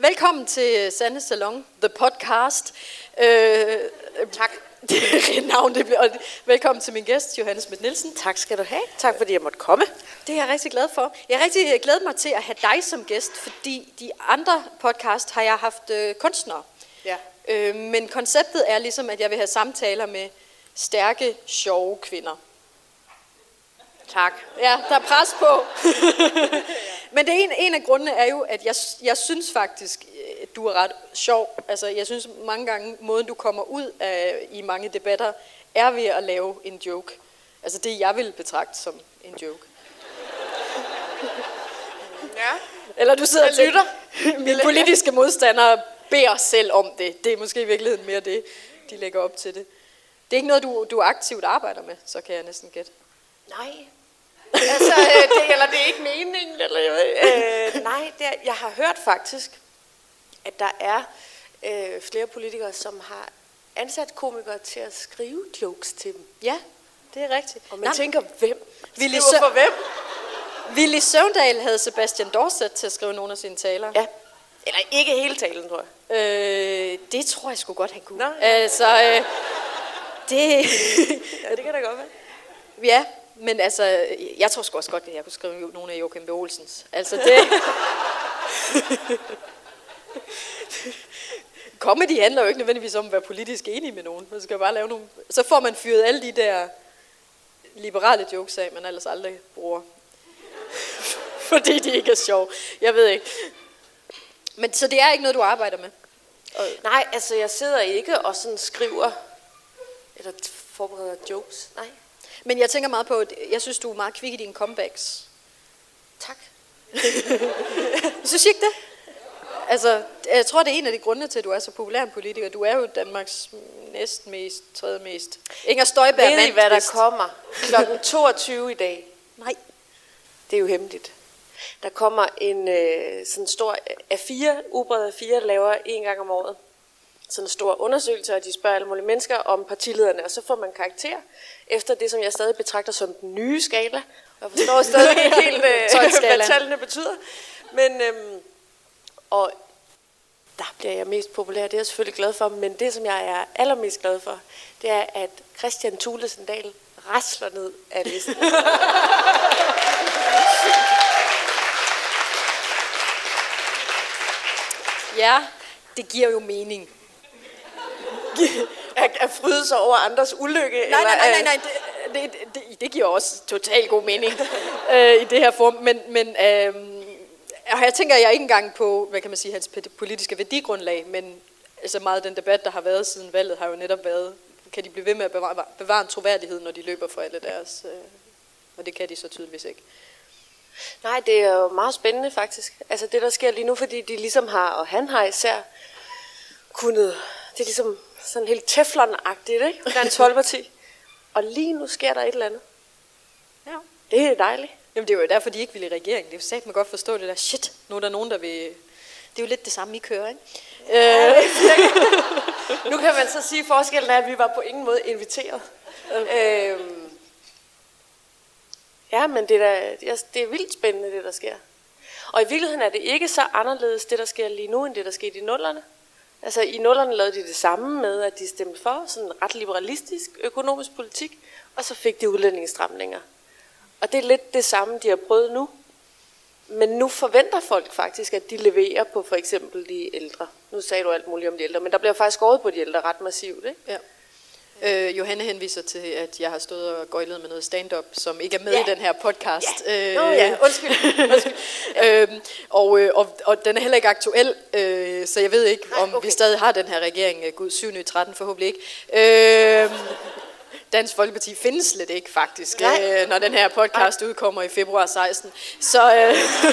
Velkommen til Sanne Salon, The Podcast. Tak. Det er navn, det bliver. Velkommen til min gæst, Johanne Schmidt-Nielsen. Tak skal du have. Tak fordi jeg måtte komme. Det er jeg rigtig glad for. Jeg er rigtig glad mig til at have dig som gæst, fordi de andre podcast har jeg haft kunstnere. Ja. Men konceptet er ligesom, at jeg vil have samtaler med stærke, sjove kvinder. Tak. Ja, der er pres på. Men det en af grundene er jo, at jeg synes faktisk, at du er ret sjov. Altså, jeg synes mange gange, måden du kommer ud af i mange debatter, er ved at lave en joke. Altså det, jeg vil betragte som en joke. Ja. Eller du sidder og lytter. Mine politiske modstandere beder selv om det. Det er måske i virkeligheden mere det, de lægger op til det. Det er ikke noget, du aktivt arbejder med, så kan jeg næsten gætte. Nej. Altså, det er ikke meningen. Nej, jeg har hørt faktisk, at der er flere politikere, som har ansat komikere til at skrive jokes til dem. Ja, det er rigtigt. Og man tænker, hvem? Willy Skriver for hvem? Willy Søvndal havde Sebastian Dorset til at skrive nogle af sine taler. Ja. Eller ikke hele talen, tror jeg. Det tror jeg sgu godt, han kunne. Nå. Altså, det... Ja, det kan da godt være. Ja, men altså, jeg tror sgu også godt, at jeg kunne skrive nogle af Joachim B. Olsens. Altså, det... Comedy handler jo ikke nødvendigvis om at være politisk enig med nogen. Man skal bare lave nogle... Så får man fyret alle de der liberale jokes af, man ellers aldrig bruger. Fordi de ikke er sjove. Jeg ved ikke. Men så det er ikke noget, du arbejder med? Nej, altså jeg sidder ikke og sådan skriver eller forbereder jokes. Nej. Men jeg tænker meget på, at jeg synes, du er meget kvik i dine comebacks. Tak. Synes I ikke det? Altså, jeg tror, det er en af de grunde til, at du er så populær en politiker. Du er jo Danmarks tredje mest. Inger Støjberg ved I, hvad der kommer klokken 22 i dag? Nej. Det er jo hemmeligt. Der kommer en sådan stor A4, Ugebrevet A4 laver en gang om året. Sådan en stor undersøgelse, og de spørger alle mulige mennesker om partilederne, og så får man karakter efter det, som jeg stadig betragter som den nye skala. Og jeg forstår stadig ikke helt, hvad tallene betyder. Men, og der bliver jeg mest populær, det er jeg selvfølgelig glad for, men det, som jeg er allermest glad for, det er, at Kristian Thulesen Dahl rasler ned af listen. Ja, det giver jo mening. At fryde sig over andres ulykke? Nej. Det giver også totalt god mening i det her form. Men jeg tænker jeg ikke engang på, hvad kan man sige, hans politiske værdigrundlag, men altså meget af den debat, der har været siden valget, har jo netop været, kan de blive ved med at bevare en troværdighed, når de løber for alle deres, og det kan de så tydeligvis ikke. Nej, det er jo meget spændende faktisk. Altså det, der sker lige nu, fordi de ligesom har, og han har især kunnet, det er ligesom sådan helt teflon-agtigt, ikke? Dansk Folkeparti. Og lige nu sker der et eller andet. Ja. Det er dejligt. Jamen det er jo derfor, de ikke vil i regering. Det er jo sagt, man godt forstå det der, shit, nu er der nogen, der vil... Det er jo lidt det samme, I kører, ikke? Ja, nu kan man så sige, at forskellen er, at vi var på ingen måde inviteret. Ja, men det er vildt spændende, det der sker. Og i virkeligheden er det ikke så anderledes, det der sker lige nu, end det der skete i nullerne. Altså i nullerne lavede de det samme med, at de stemte for sådan ret liberalistisk økonomisk politik, og så fik de udlændingsstramninger. Og det er lidt det samme, de har prøvet nu. Men nu forventer folk faktisk, at de leverer på for eksempel de ældre. Nu sagde du alt muligt om de ældre, men der bliver faktisk skåret på de ældre ret massivt, ikke? Ja. Johanne henviser til, at jeg har stået og gøjlet med noget stand-up, som ikke er med i den her podcast. Ja. Undskyld. Og den er heller ikke aktuel, så jeg ved ikke, om vi stadig har den her regering. Gud, 7.13 forhåbentlig ikke. Dansk Folkeparti findes slet ikke faktisk, når den her podcast udkommer i februar 16. Så,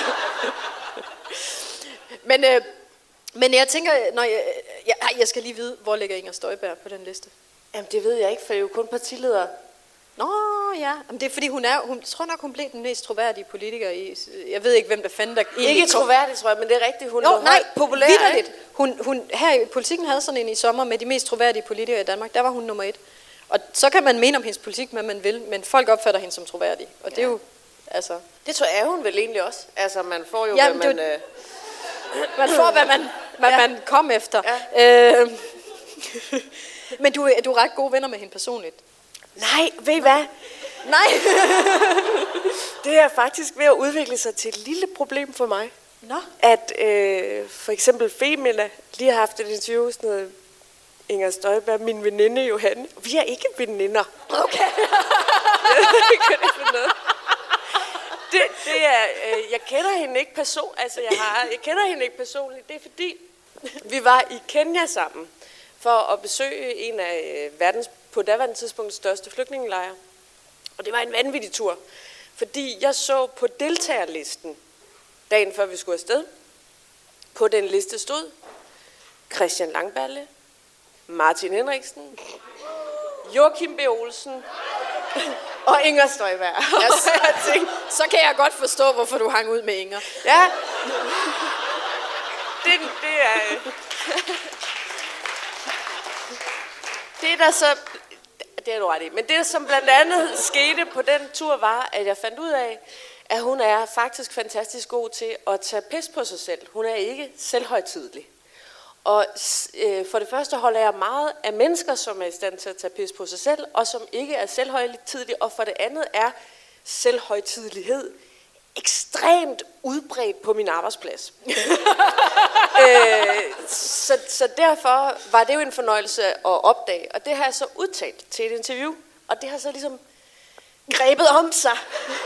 men jeg tænker, når jeg skal lige vide, hvor ligger Inger Støjberg på den liste? Jamen det ved jeg ikke, for jeg er jo kun partileder. Nå ja, men det er fordi hun tror nok hun blev den mest troværdige politiker i. Jeg ved ikke hvem der fandt der egentlig. Ikke troværdig, tror jeg, men det er rigtigt. Hun er populær. Vitterligt. Hun her i politikken havde sådan en i sommer med de mest troværdige politikere i Danmark. Der var hun nummer 1. Og så kan man mene om hendes politik, hvad man vil, men folk opfatter hende som troværdig. Og det er jo altså. Det tror jeg hun vel egentlig også. Altså man får jo man får hvad man hvad man kom efter. Ja. Men du er ret gode venner med hende personligt. Nej, ved I hvad? Nej. Det er faktisk ved at udvikle sig til et lille problem for mig. Nå. At for eksempel Femina lige har haft et interview hos noget Inger Støjberg, min veninde Johanne. Vi er ikke veninder. Okay. Kan det for noget? Det er, jeg kender hende ikke jeg kender hende ikke personligt. Det er fordi, vi var i Kenya sammen for at besøge en af verdens på daværende tidspunkt største flygtningelejre. Og det var en vanvittig tur, fordi jeg så på deltagerlisten, dagen før vi skulle afsted, på den liste stod Christian Langballe, Martin Henriksen, Joachim B. Olsen og Inger Støjberg. Så kan jeg godt forstå, hvorfor du hang ud med Inger. Ja. Det er... Det der så... Det er du ret i. Men det, som blandt andet skete på den tur, var, at jeg fandt ud af, at hun er faktisk fantastisk god til at tage pis på sig selv. Hun er ikke selvhøjtidelig. Og for det første holder jeg meget af mennesker, som er i stand til at tage pis på sig selv, og som ikke er selvhøjtidelige. Og for det andet er selvhøjtidelighed ekstremt udbredt på min arbejdsplads. Så derfor var det jo en fornøjelse at opdage. Og det har jeg så udtalt til et interview. Og det har så ligesom grebet om sig.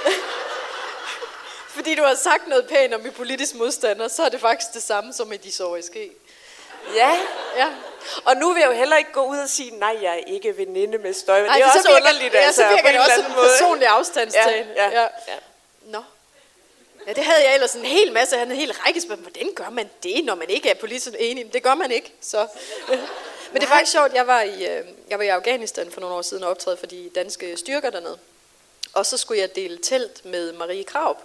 Fordi du har sagt noget pænt om i politisk modstander, så er det faktisk det samme som i de sover i ske. Ja. Og nu vil jeg jo heller ikke gå ud og sige, nej, jeg er ikke veninde med Støjberg. Det er også underligt, altså. Ja, så virker det også en personlig afstandstagen. Ja. Nå. Ja, det havde jeg ellers en hel masse. Han havde en hel række spørgsmål. Hvordan gør man det, når man ikke er politisk enig? Det gør man ikke. Så. Men det er faktisk sjovt. Jeg var i Afghanistan for nogle år siden og optræde for de danske styrker dernede. Og så skulle jeg dele telt med Marie Krarup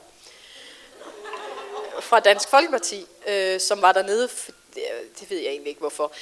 fra Dansk Folkeparti, som var dernede. Det ved jeg egentlig ikke, hvorfor.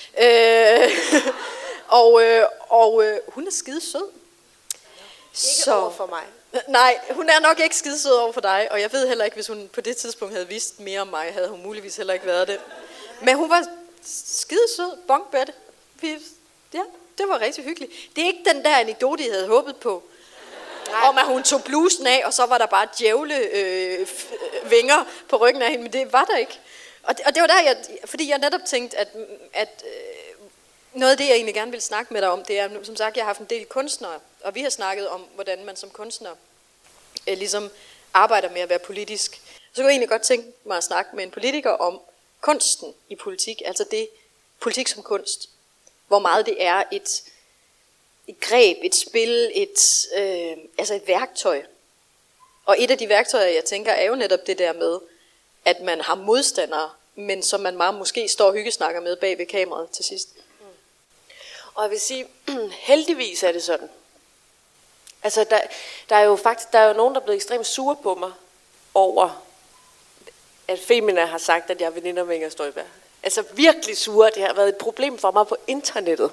Og hun er skide sød. Ikke over for mig. Nej, hun er nok ikke skide sød over for dig, og jeg ved heller ikke, hvis hun på det tidspunkt havde vidst mere om mig, havde hun muligvis heller ikke været det. Men hun var skide sød, bonkbette. Ja, det var rigtig hyggeligt. Det er ikke den der anekdote, jeg havde håbet på. Nej. Om at hun tog blusen af, og så var der bare djævle vinger på ryggen af hende, men det var der ikke. Og det var der, fordi jeg netop tænkte, at noget af det, jeg egentlig gerne vil snakke med dig om, det er, som sagt, jeg har haft en del kunstnere, og vi har snakket om, hvordan man som kunstner ligesom arbejder med at være politisk. Så kunne jeg egentlig godt tænke mig at snakke med en politiker om kunsten i politik, altså det politik som kunst. Hvor meget det er et greb, et spil, altså et værktøj. Og et af de værktøjer, jeg tænker, er jo netop det der med, at man har modstandere, men som man meget måske står og hyggesnakker med bag ved kameraet til sidst. Og jeg vil sige, heldigvis er det sådan. Altså, der er jo nogen, der er blevet ekstremt sure på mig over, at Femina har sagt, at jeg er veninder med Inger Støjberg. Altså virkelig sure. Det har været et problem for mig på internettet.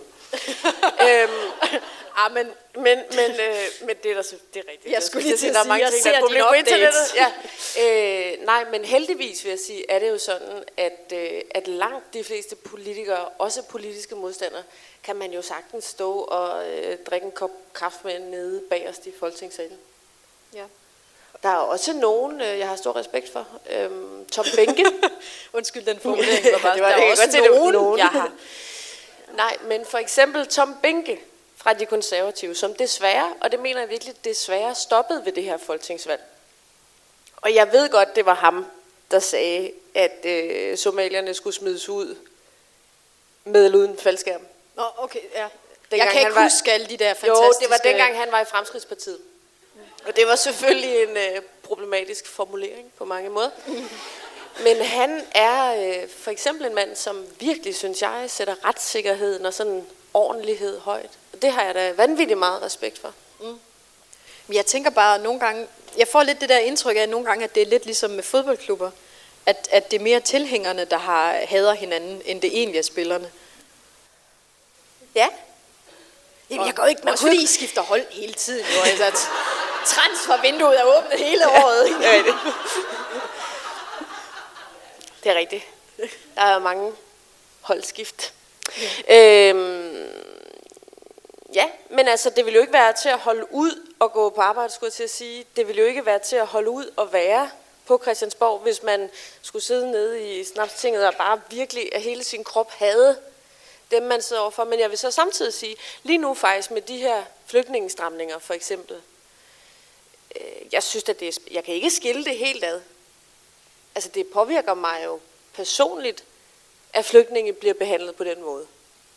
Men det er rigtigt. Jeg skulle lige til at der er mange ting, der er et problem på internettet. Ja. Nej, men heldigvis vil jeg sige, er det jo sådan, at langt de fleste politikere, også politiske modstandere, kan man jo sagtens stå og drikke en kop kaffe med nede bagerst i Folketingssalen. Ja. Der er også nogen, jeg har stor respekt for. Tom Behnke. Undskyld, den formulering var bare, det var, der er også nogen, jeg har. Nej, men for eksempel Tom Behnke fra de konservative, som desværre, og det mener jeg virkelig, desværre stoppede ved det her folketingsvalg. Og jeg ved godt, det var ham, der sagde, at somalierne skulle smides ud med eller uden faldskærm. Okay, ja. Jeg kan ikke huske alle de der fantastiske... Jo, det var dengang, han var i Fremskridtspartiet. Og det var selvfølgelig en problematisk formulering på mange måder. Men han er for eksempel en mand, som virkelig, synes jeg, sætter retssikkerheden og sådan ordentlighed højt. Det har jeg da vanvittigt meget respekt for. Jeg tænker bare nogle gange, jeg får lidt det der indtryk af nogle gange, at det er lidt ligesom med fodboldklubber, at det er mere tilhængerne, der hader hinanden, end det egentlig er spillerne. Ja. Jamen, jeg går ikke, man kunne ikke skifter hold hele tiden. Jo, altså, transfervinduet er åbnet hele året. Det er rigtigt. Der er mange holdskift. Ja, men altså, det vil jo ikke være til at holde ud og gå på arbejde, skulle jeg til at sige. Det vil jo ikke være til at holde ud og være på Christiansborg, hvis man skulle sidde nede i Snapstinget og bare virkelig af hele sin krop havde dem, man sidder overfor. Men jeg vil så samtidig sige, lige nu faktisk med de her flygtningestramninger for eksempel, jeg synes, at jeg kan ikke skille det helt ad. Altså, det påvirker mig jo personligt, at flygtninge bliver behandlet på den måde.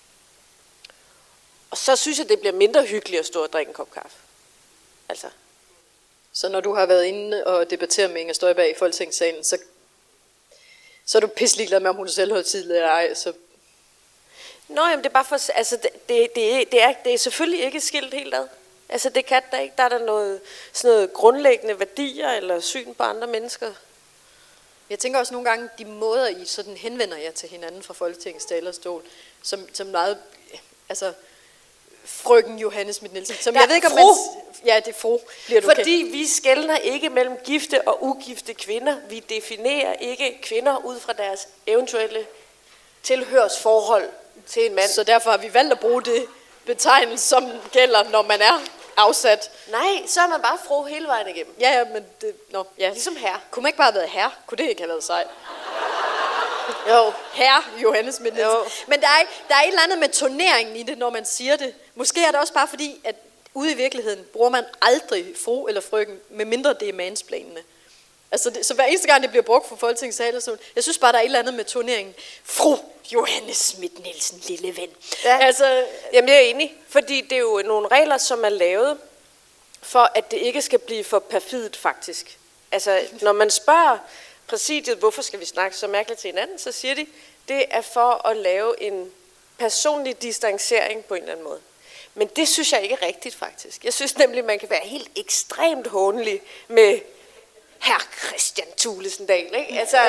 Og så synes jeg, det bliver mindre hyggeligt at stå og drikke en kop kaffe. Altså. Så når du har været inde og debatteret med Inger Støjberg i Folketingssalen, så er du pisselig glad med, om hun er selvhøjtidelig eller ej. Så... Nå, jamen det er bare for... Altså, det er selvfølgelig ikke skilt helt ad. Altså, det kan der ikke. Der er der sådan noget grundlæggende værdier eller syn på andre mennesker. Jeg tænker også nogle gange, de måder, I sådan henvender jer til hinanden fra Folketingets talerstol, som meget... Altså, frøken Johanne Schmidt-Nielsen. Som jeg ved ikke, om man... Ja, det er fru. Fordi vi skelner ikke mellem gifte og ugifte kvinder. Vi definerer ikke kvinder ud fra deres eventuelle tilhørsforhold til en mand. Så derfor har vi valgt at bruge det betegnelse, som gælder, når man er afsat. Nej, så er man bare fru hele vejen igennem. Ja, men det... ja. Ligesom herre. Kunne man ikke bare have været herre? Kunne det ikke have været sejt? Jo. Herre Johanne Schmidt-Nielsen. Men der er et eller andet med turneringen i det, når man siger det. Måske er det også bare fordi, at ude i virkeligheden bruger man aldrig fru eller frøken, medmindre det er mansplænende. Altså så hver eneste gang det bliver brugt for Folketingets talerstol, jeg synes bare, der er et eller andet med turneringen. Fru Johanne Schmidt-Nielsen, lille ven. Ja. Altså, jamen jeg er enig, fordi det er jo nogle regler, som er lavet, for at det ikke skal blive for perfidt faktisk. Altså, når man spørger præsidiet, hvorfor skal vi snakke så mærkeligt til hinanden, så siger de, det er for at lave en personlig distancering på en eller anden måde. Men det synes jeg ikke er rigtigt faktisk. Jeg synes nemlig, man kan være helt ekstremt hånlig med herr Christian Thulesen Dahl, ikke? Altså,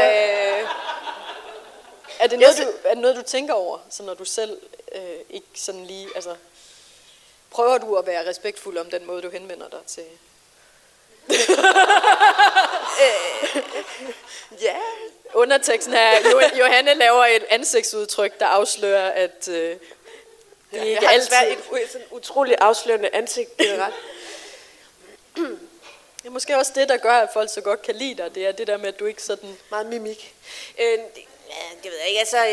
er det noget, du tænker over, så når du selv ikke sådan lige, altså, prøver du at være respektfuld om den måde, du henvender dig til? Ja. Underteksten her, Johanne laver et ansigtsudtryk, der afslører, at det ikke altid... et sådan utroligt afslørende ansigt, det er ret. Det er måske også det, der gør, at folk så godt kan lide dig. Det er det der med, at du ikke sådan... Meget mimik. Det ved jeg ikke. Altså,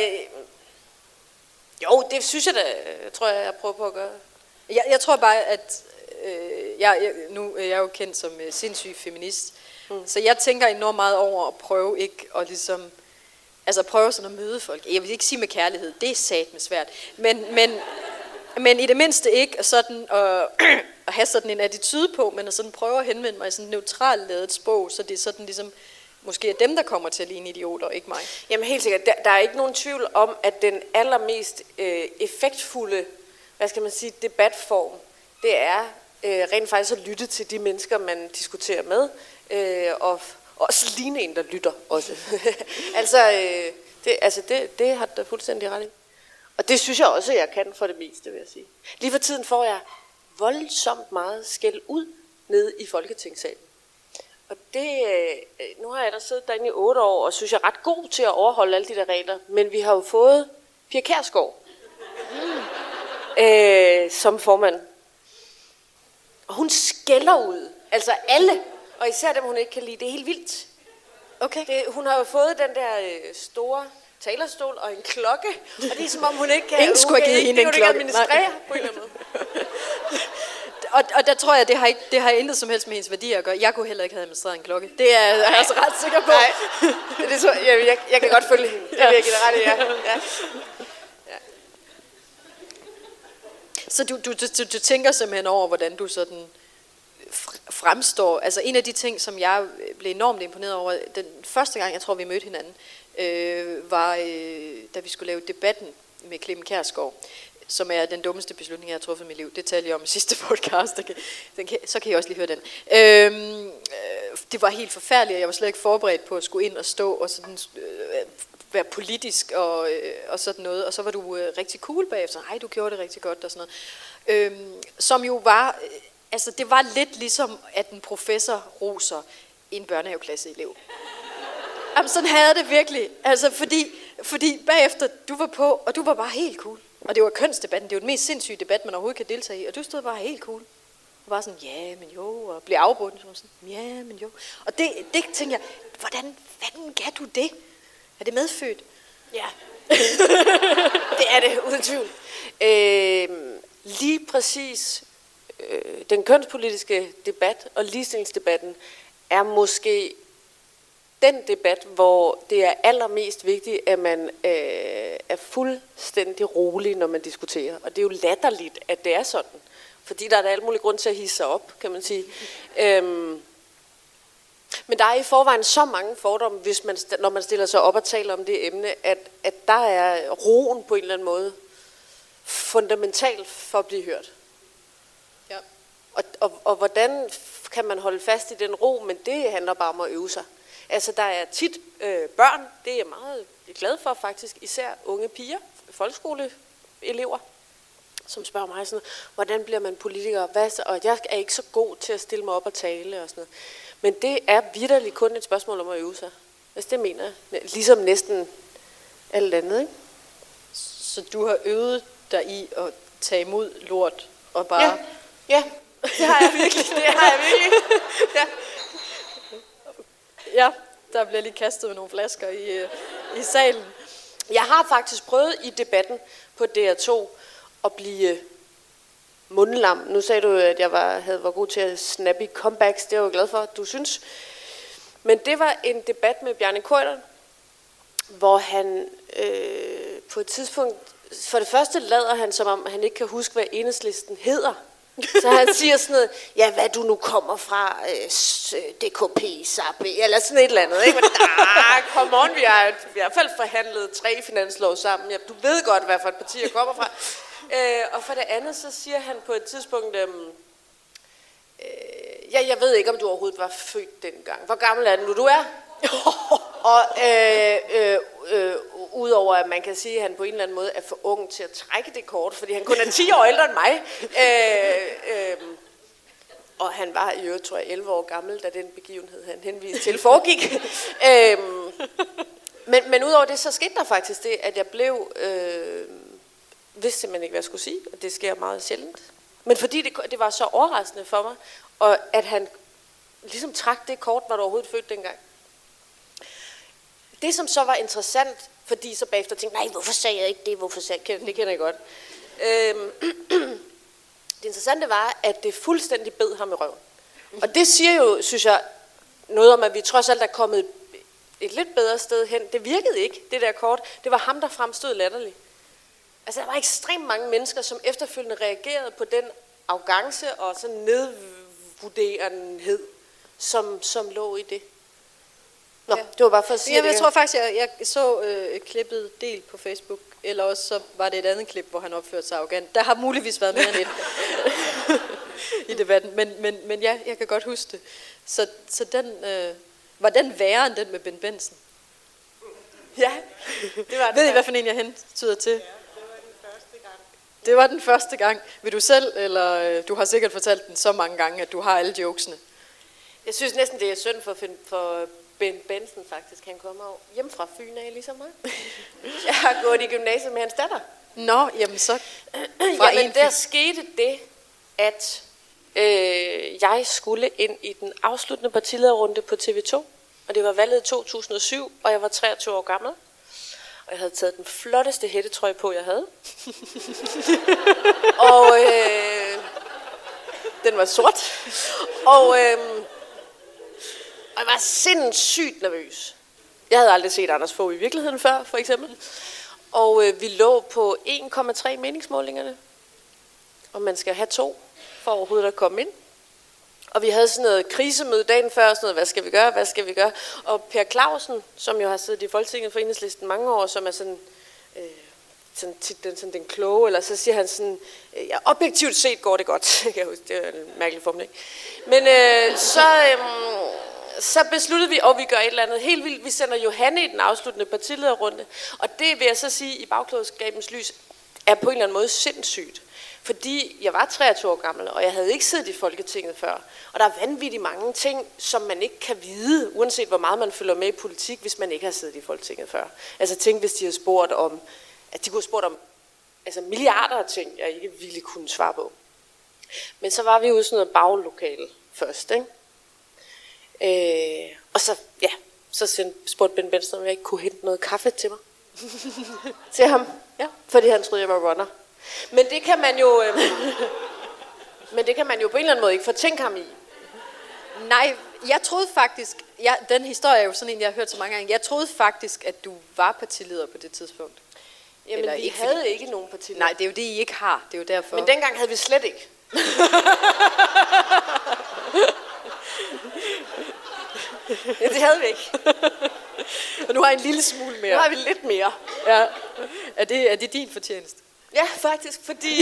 jo, det synes jeg da, tror jeg prøver på at gøre. Jeg tror bare, at nu er jeg jo kendt som sindssyg feminist. Så jeg tænker enormt meget over at prøve ikke at ligesom... Altså prøve sådan at møde folk. Jeg vil ikke sige med kærlighed, det er satme svært. Men i det mindste ikke sådan at have sådan en attitude på, men at sådan prøve at henvende mig i sådan en neutralt ladet sprog, så det er sådan ligesom, måske er dem, der kommer til at ligne idioter, ikke mig. Jamen helt sikkert, der er ikke nogen tvivl om, at den allermest effektfulde, hvad skal man sige, debatform, det er rent faktisk at lytte til de mennesker, man diskuterer med, og også ligne en, der lytter også. Det har du fuldstændig ret i. Og det synes jeg også, jeg kan for det meste, vil jeg sige. Lige for tiden får jeg voldsomt meget skæld ud nede i Folketingssalen. Og det, nu har jeg da siddet derinde i 8 år, og synes jeg er ret god til at overholde alle de der regler. Men vi har jo fået Pia Kjærsgaard som formand. Og hun skælder ud. Altså alle. Og især dem, hun ikke kan lide. Det er helt vildt. Okay. Hun har jo fået den der store talerstol og en klokke. Og det er som om, hun ikke kan... Ingen skulle have givet hende en klokke. Administrere på en eller anden måde. Og der tror jeg, det har intet som helst med hendes værdier at gøre. Jeg kunne heller ikke have administreret en klokke. Det er jeg altså ret sikker på. Nej, det tror jeg kan godt følge hende. Det vil jeg give dig ret i, ja. Så du tænker simpelthen over, hvordan du sådan fremstår. Altså en af de ting, som jeg blev enormt imponeret over, den første gang, jeg tror, vi mødte hinanden, var, da vi skulle lave debatten med Clemen Kjærsgaard, som er den dummeste beslutning, jeg har truffet i mit liv. Det talte jeg om i sidste podcast, så kan I også lige høre den. Det var helt forfærdeligt, og jeg var slet ikke forberedt på at skulle ind og stå og sådan, være politisk og sådan noget. Og så var du rigtig cool bagefter. Hej, du gjorde det rigtig godt og sådan noget. Som jo var... Altså, det var lidt ligesom, at en professor roser en børnehaveklasse-elev. Jamen, sådan havde det virkelig. Altså, fordi fordi bagefter du var på, og du var bare helt cool. Og det var kønsdebatten, det var den mest sindssyge debat, man overhovedet kan deltage i. Og du stod bare helt cool. Og bare sådan, ja, men jo, og blev afbrudt. Og sådan, ja, men jo. Og det tænker jeg, hvordan fanden kan du det? Er det medfødt? Ja, det er det, uden tvivl. Lige præcis den kønspolitiske debat og ligestillingsdebatten er måske den debat, hvor det er allermest vigtigt, at man er fuldstændig rolig, når man diskuterer. Og det er jo latterligt, at det er sådan. Fordi der er alt muligt grund til at hisse sig op, kan man sige. Men der er i forvejen så mange fordomme, når man stiller sig op og taler om det emne, at der er roen på en eller anden måde fundamentalt for at blive hørt. Ja. Og hvordan kan man holde fast i den ro, men det handler bare om at øve sig. Altså der er tit børn, det er jeg meget glad for faktisk, især unge piger, folkeskoleelever, som spørger mig sådan, hvordan bliver man politiker, og jeg er ikke så god til at stille mig op og tale og sådan noget. Men det er vitterligt kun et spørgsmål om at øve sig. Altså det mener jeg. Ligesom næsten alt andet, ikke? Så du har øvet dig i at tage imod lort og bare... Ja, det har jeg virkelig. Ja. Ja, der bliver lige kastet med nogle flasker i salen. Jeg har faktisk prøvet i debatten på DR2 at blive mundlam. Nu sagde du, at jeg var god til at snappe comebacks. Det er jeg jo glad for, at du synes. Men det var en debat med Bjarne Corydon, hvor han på et tidspunkt... For det første lader han, som om han ikke kan huske, hvad Enhedslisten hedder. Så han siger sådan noget, ja, hvad du nu kommer fra, DKP, SAP, eller sådan et eller andet. Ikke? Come on, vi har i hvert fald forhandlet 3 finanslov sammen. Ja, du ved godt, hvad for et parti jeg kommer fra. Og for det andet, så siger han på et tidspunkt, ja, jeg ved ikke, om du overhovedet var født dengang. Hvor gammel er du er? Og udover at man kan sige, at han på en eller anden måde er for ung til at trække det kort, fordi han kun er 10 år ældre end mig. Og han var i øvrigt, tror jeg, 11 år gammel, da den begivenhed, han henviste til, foregik. Men udover det, så skete der faktisk det, at jeg blev... vidste simpelthen ikke, hvad jeg skulle sige, og det sker meget sjældent. Men fordi det var så overraskende for mig, og at han ligesom trak det kort, var du overhovedet født dengang. Det, som så var interessant, fordi så bagefter tænkte, nej, hvorfor sagde jeg ikke det? Hvorfor sagde jeg det? Kender jeg godt. Det interessante var, at det fuldstændig bed ham i røven. Og det siger jo, synes jeg, noget om, at vi trods alt er kommet et lidt bedre sted hen. Det virkede ikke, det der kort. Det var ham, der fremstod latterligt. Altså, der var ekstremt mange mennesker, som efterfølgende reagerede på den arrogance og sådan nedvurderenhed, som lå i det. Nå, ja. Det var bare for at sige det. Jeg tror faktisk, jeg så klippet del på Facebook, eller også så var det et andet klip, hvor han opførte sig arrogant. Der har muligvis været mere end et i debatten, men ja, jeg kan godt huske det. Så den, var den værre end den med Ben Benson? Ja, det var det. Ved I, hvad for en jeg hentyder til? Det var den første gang. Vil du selv, eller du har sikkert fortalt den så mange gange, at du har alle jokesene? Jeg synes næsten, det er synd for Ben Benson faktisk. Han kommer hjem fra Fyn af, ligesom mig. Jeg har gået i gymnasiet med hans datter. Nå, jamen så... Jamen, der skete det, at jeg skulle ind i den afsluttende partilederrunde på TV2. Og det var valget i 2007, og jeg var 23 år gammel. Og jeg havde taget den flotteste hættetrøje på, jeg havde. Og den var sort. Og jeg var sindssygt nervøs. Jeg havde aldrig set Anders Fogh i virkeligheden før, for eksempel. Og vi lå på 1,3 meningsmålingerne. Og man skal have 2 for overhovedet at komme ind. Og vi havde sådan noget krisemøde dagen før, sådan noget, hvad skal vi gøre? Og Per Clausen, som jo har siddet i Folketinget for Enhedslisten mange år, som er sådan den kloge, eller så siger han sådan, ja, objektivt set går det godt. Jeg kan huske, det er en mærkelig formning. Men så besluttede vi, at vi gør et eller andet helt vildt. Vi sender Johanne i den afsluttende partilederrunde. Og det vil jeg så sige, i bagklodskabens lys, er på en eller anden måde sindssygt. Fordi jeg var 23 år gammel, og jeg havde ikke siddet i Folketinget før. Og der er vanvittigt mange ting, som man ikke kan vide, uanset hvor meget man følger med i politik, hvis man ikke har siddet i Folketinget før. Altså tænk, hvis de havde spurgt om, at de kunne have spurgt om altså milliarder af ting, jeg ikke ville kunne svare på. Men så var vi ude i sådan noget baglokale først, ikke? Og så, ja, så spurgte Ben Benson, om jeg ikke kunne hente noget kaffe til mig. Til ham, ja, fordi han troede, jeg var runner. Men det kan man jo, på en eller anden måde ikke fortænke ham i. Nej, jeg troede faktisk, den historie er jo sådan en, jeg har hørt så mange gange. Jeg troede faktisk, at du var partileder på det tidspunkt. Jamen, eller vi havde ikke nogen partileder. Nej, det er jo det, I ikke har. Det er jo derfor. Men dengang havde vi slet ikke. Ja, det havde vi ikke. Og nu har I en lille smule mere. Nu har vi lidt mere. Ja. Er det din fortjeneste? Ja, faktisk, fordi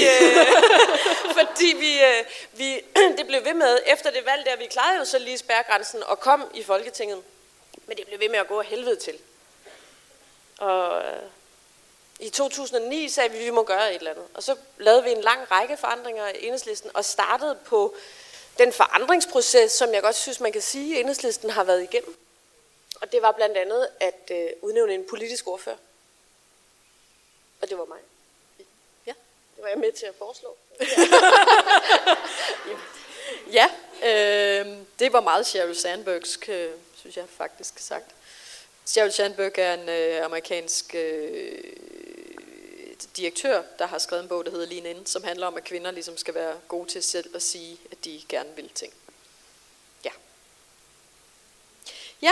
det blev ved med, efter det valg der, vi klarede jo så lige spærregrænsen og kom i Folketinget, men det blev ved med at gå af helvede til. Og i 2009 sagde vi må gøre et eller andet, og så lavede vi en lang række forandringer i Enhedslisten, og startede på den forandringsproces, som jeg godt synes, man kan sige, at Enhedslisten har været igennem. Og det var blandt andet at udnævne en politisk ordfører. Og det var mig. Ja. Det var jeg med til at foreslå. Ja, det var meget Sheryl Sandbergsk, synes jeg faktisk sagt. Sheryl Sandberg er en amerikansk direktør, der har skrevet en bog, der hedder Lean In, som handler om, at kvinder ligesom skal være gode til selv at sige, at de gerne vil ting. Ja. Ja.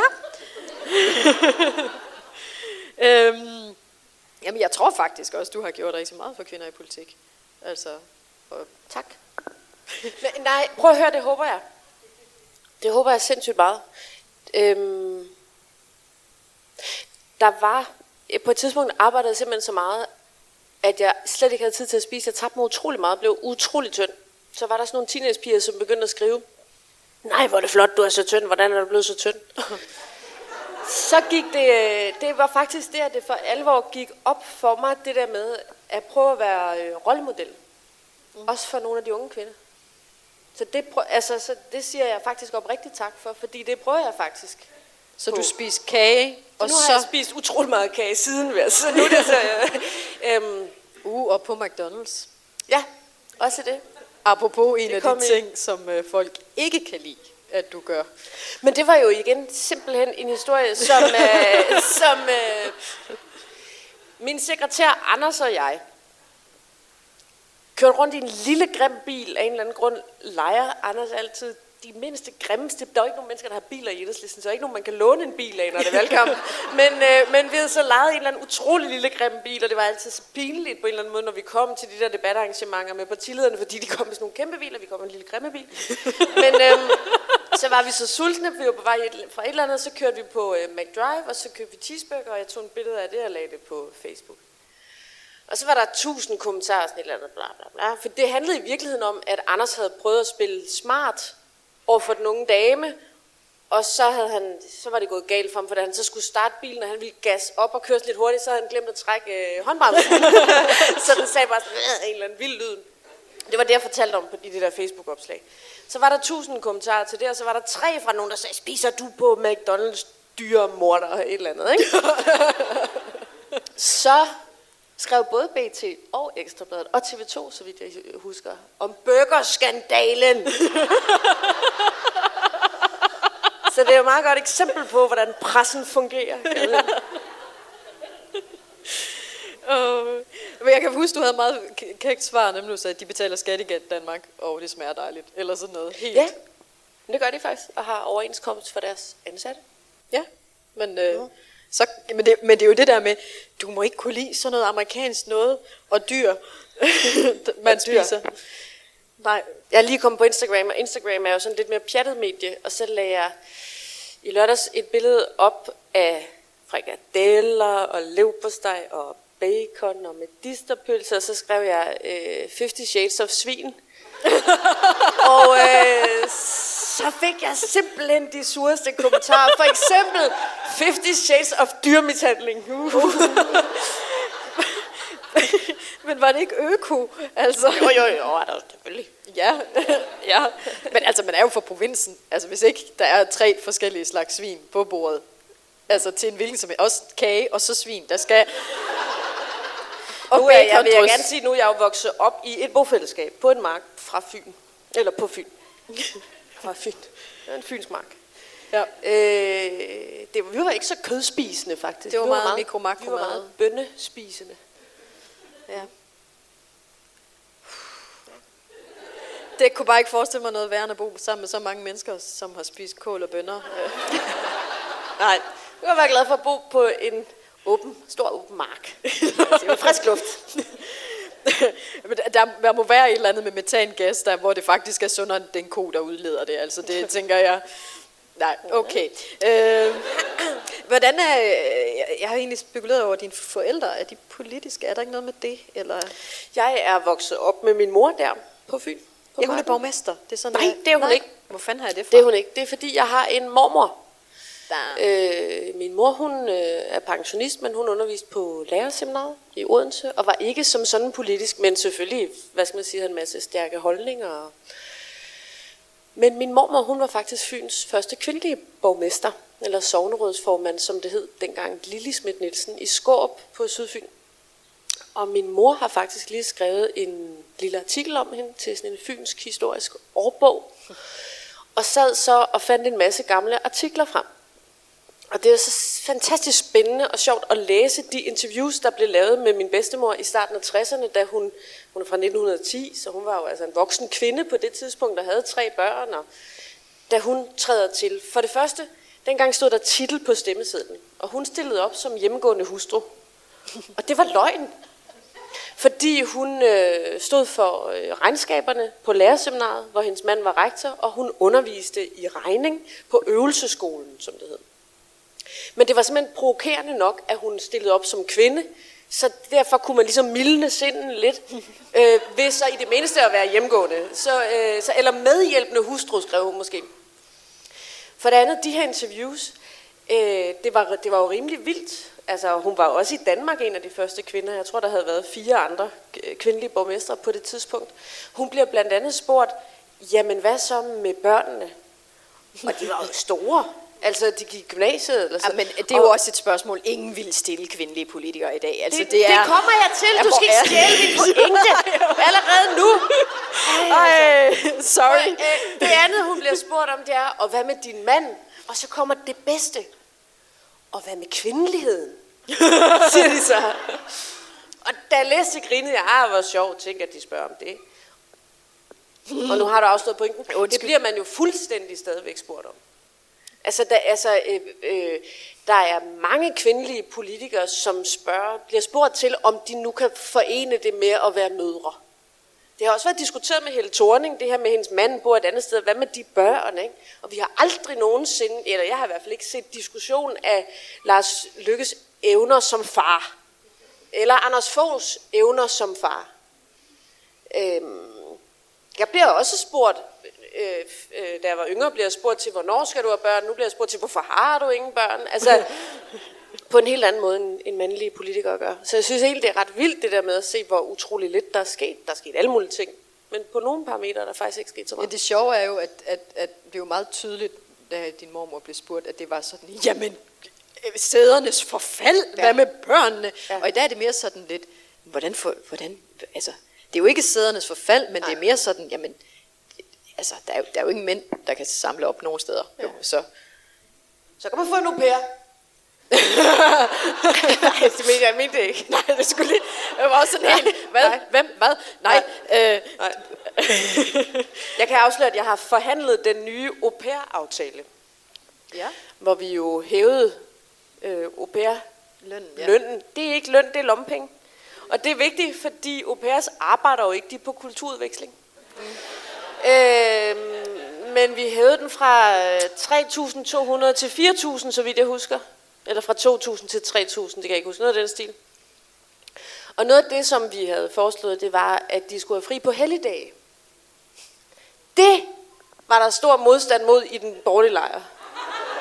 Jamen, jeg tror faktisk også, du har gjort rigtig meget for kvinder i politik. Altså, tak. Nej, prøv at høre, det håber jeg. Det håber jeg sindssygt meget. Der var, på et tidspunkt arbejdede jeg simpelthen så meget, at jeg slet ikke havde tid til at spise. Jeg tabte mig utrolig meget, blev utrolig tynd. Så var der sådan nogle teenagepiger, som begyndte at skrive, nej, hvor er det flot, du er så tynd, hvordan er du blevet så tynd? Så gik det var faktisk det, at det for alvor gik op for mig, det der med at prøve at være rollemodel. Også for nogle af de unge kvinder. Så det siger jeg faktisk oprigtigt tak for, fordi det prøver jeg faktisk. Så du spiser kage, og nu har jeg spist utrolig meget kage siden, så nu er det så... og på McDonald's. Ja, også det. Apropos en af de ting, som folk ikke kan lide, at du gør. Men det var jo igen simpelthen en historie, som min sekretær Anders og jeg kørte rundt i en lille grim bil. Af en eller anden grund lejer Anders altid de mindste, grimmeste. Der er ikke nogen mennesker, der har biler i Enhedslisten, så er ikke nogen, man kan låne en bil af, når det er valgkamp. Men vi havde så lejet en eller anden utrolig lille grim bil, og det var altid så pinligt på en eller anden måde, når vi kom til de der debatarrangementer med partilederne, fordi de kom med sådan nogle kæmpe biler, vi kom med en lille grimme bil. Men så var vi så sultne, vi var på vej fra et eller andet, så kørte vi på McDrive, og så købte vi cheeseburger, og jeg tog en billede af det og lagde det på Facebook. Og så var der 1000 kommentarer, sådan et eller andet, bla bla bla. For det handlede i virkeligheden om, at Anders havde prøvet at spille smart over for den unge dame, og så var det gået galt for ham, for da han så skulle starte bilen, og han ville gas op og køre lidt hurtigt, så havde han glemt at trække håndbremsen. Så den sagde bare sådan, en eller anden vild lyd. Det var det, jeg fortalte om i det der Facebook-opslag. Så var der 1000 kommentarer til det, og så var der 3 fra nogen, der sagde, spiser du på McDonald's dyre morter, et eller andet, ikke? Så skrev både BT og Ekstrabladet og TV2, så vidt jeg husker, om burgerskandalen. Så det er jo et meget godt eksempel på, hvordan pressen fungerer. Men jeg kan huske, du havde meget kægt svar, nemlig du sagde, at de betaler skat i Danmark, og det smager dejligt, eller sådan noget. Helt. Ja, det gør de faktisk, og har overenskomst for deres ansatte. Ja, men det er jo det der med, du må ikke kunne lide sådan noget amerikansk noget, og dyr, man spiser. Nej, jeg er lige kommet på Instagram, og Instagram er jo sådan lidt mere pjattet medie, og så lagde jeg i lørdags et billede op af frikadeller og leverpostej og bacon og medisterpølser, og så skrev jeg 50 Shades of Svin. Og så fik jeg simpelthen de sureste kommentarer. For eksempel 50 Shades of dyrmishandling. Men var det ikke øko? Altså. Jo, er der selvfølgelig. Ja, ja. Men altså, man er jo fra provinsen. Altså, hvis ikke der er 3 forskellige slags svin på bordet, altså til en hvilken som er også kage og så svin, der skal... Og nu jeg vil jeg gerne sige, nu er jeg jo vokset op i et bofællesskab på en mark fra Fyn. Eller på Fyn. Fra Fyn. Det er en fynsk mark. Ja. Vi var ikke så kødspisende, faktisk. Det var meget mikro-makromad. Vi var meget bønnespisende. Ja. Det kunne bare ikke forestille mig noget værre at bo sammen med så mange mennesker, som har spist kål og bønner. Nej, jeg var være glad for at bo på en stor åben mark. Det var frisk luft. Der må være et eller andet med metangas, der, hvor det faktisk er sundere end den ko, der udleder det. Altså det tænker jeg... Nej, okay. Hvordan er... Jeg har egentlig spekuleret over dine forældre. Er de politiske? Er der ikke noget med det? Eller? Jeg er vokset op med min mor der på Fyn. Ja, hun er borgmester. Det er sådan, nej, det er hun ikke. Hvor fanden har jeg det fra? Det er hun ikke. Det er fordi, jeg har en mormor. Min mor, hun er pensionist, men hun underviste på lærerseminaret i Odense, og var ikke som sådan politisk, men selvfølgelig, hvad skal man sige, havde en masse stærke holdninger. Men min mormor, hun var faktisk Fyns første kvindelige borgmester, eller sognerådsformand, som det hed dengang, Lili Schmidt Nielsen, i Skårup på Sydfyn. Og min mor har faktisk lige skrevet en lille artikel om hende til sådan en fynsk historisk årbog, og sad så og fandt en masse gamle artikler frem. Og det er så fantastisk spændende og sjovt at læse de interviews, der blev lavet med min bedstemor i starten af 60'erne, da hun er fra 1910, så hun var jo altså en voksen kvinde på det tidspunkt, der havde 3 børn, og da hun træder til. For det første, dengang stod der titel på stemmesedlen, og hun stillede op som hjemmegående hustru. Og det var løgn, fordi hun stod for regnskaberne på lærerseminaret, hvor hendes mand var rektor, og hun underviste i regning på øvelseskolen, som det hed. Men det var simpelthen provokerende nok, at hun stillede op som kvinde, så derfor kunne man ligesom mildne sinden lidt, ved så i det mindste at være hjemmegående. Eller medhjælpende hustru, skrev hun måske. For det andet, de her interviews, det var jo rimelig vildt. Altså, hun var også i Danmark en af de første kvinder. Jeg tror, der havde været 4 andre kvindelige borgmestre på det tidspunkt. Hun bliver blandt andet spurgt, jamen hvad så med børnene? Og de var jo store. Altså, de gik i gymnasiet eller sådan. Ja, men det er jo også et spørgsmål, ingen vil stille kvindelige politikere i dag. Altså, det kommer jeg til. Du skal ikke stjæle min pointe allerede nu. Sorry. Det andet, hun bliver spurgt om, det er, og hvad med din mand? Og så kommer det bedste. Og hvad med kvindeligheden? Siger de så. Og da jeg læste, grinede jeg, hvor sjovt, tænker, at de spørger om det. Og nu har du afslået pointen. Det bliver man jo fuldstændig stadigvæk spurgt om. Altså, der er mange kvindelige politikere, som bliver spurgt til, om de nu kan forene det med at være mødre. Det har også været diskuteret med Helle Thorning, det her med hendes mand bor et andet sted. Hvad med de børn, ikke? Og vi har aldrig nogensinde, eller jeg har i hvert fald ikke set diskussion af Lars Løkkes evner som far. Eller Anders Foghs evner som far. Jeg bliver også spurgt, da jeg var yngre, bliver jeg spurgt til, hvornår skal du have børn? Nu bliver jeg spurgt til, hvorfor har du ingen børn? Altså, på en helt anden måde, end mandlige politikere gør. Så jeg synes egentlig, det er ret vildt, det der med at se, hvor utrolig lidt der er sket. Der er sket alle mulige ting. Men på nogle parametre er der faktisk ikke sket så meget. Ja, det sjove er jo, at det er jo meget tydeligt, da din mormor blev spurgt, at det var sådan, jamen, sædernes forfald, ja. Hvad med børnene? Ja. Og i dag er det mere sådan lidt, hvordan altså, det er jo ikke sædernes forfald, men nej. Det er mere sådan, jamen, altså, der er jo ingen mænd, der kan samle op nogen steder. Ja. Jo, så kan man få en au pair. Nej, jeg mente det ikke. Nej, det skulle lige... Det var også sådan helt... Hvad? Hvem? Hvad? Nej. Nej. Jeg kan afsløre, at jeg har forhandlet den nye au pair-aftale. Ja. Hvor vi jo hævede au pair-lønnen. Ja. Det er ikke løn, det er lommepenge. Og det er vigtigt, fordi au pairs arbejder jo ikke, de er på kulturudveksling. Men vi hævede den fra 3.200 til 4.000, så vidt jeg husker. Eller fra 2.000 til 3.000, det kan jeg ikke huske. Noget af den stil. Og noget af det, som vi havde foreslået, det var, at de skulle have fri på helligdage. Det var der stor modstand mod i den borgerlige lejr.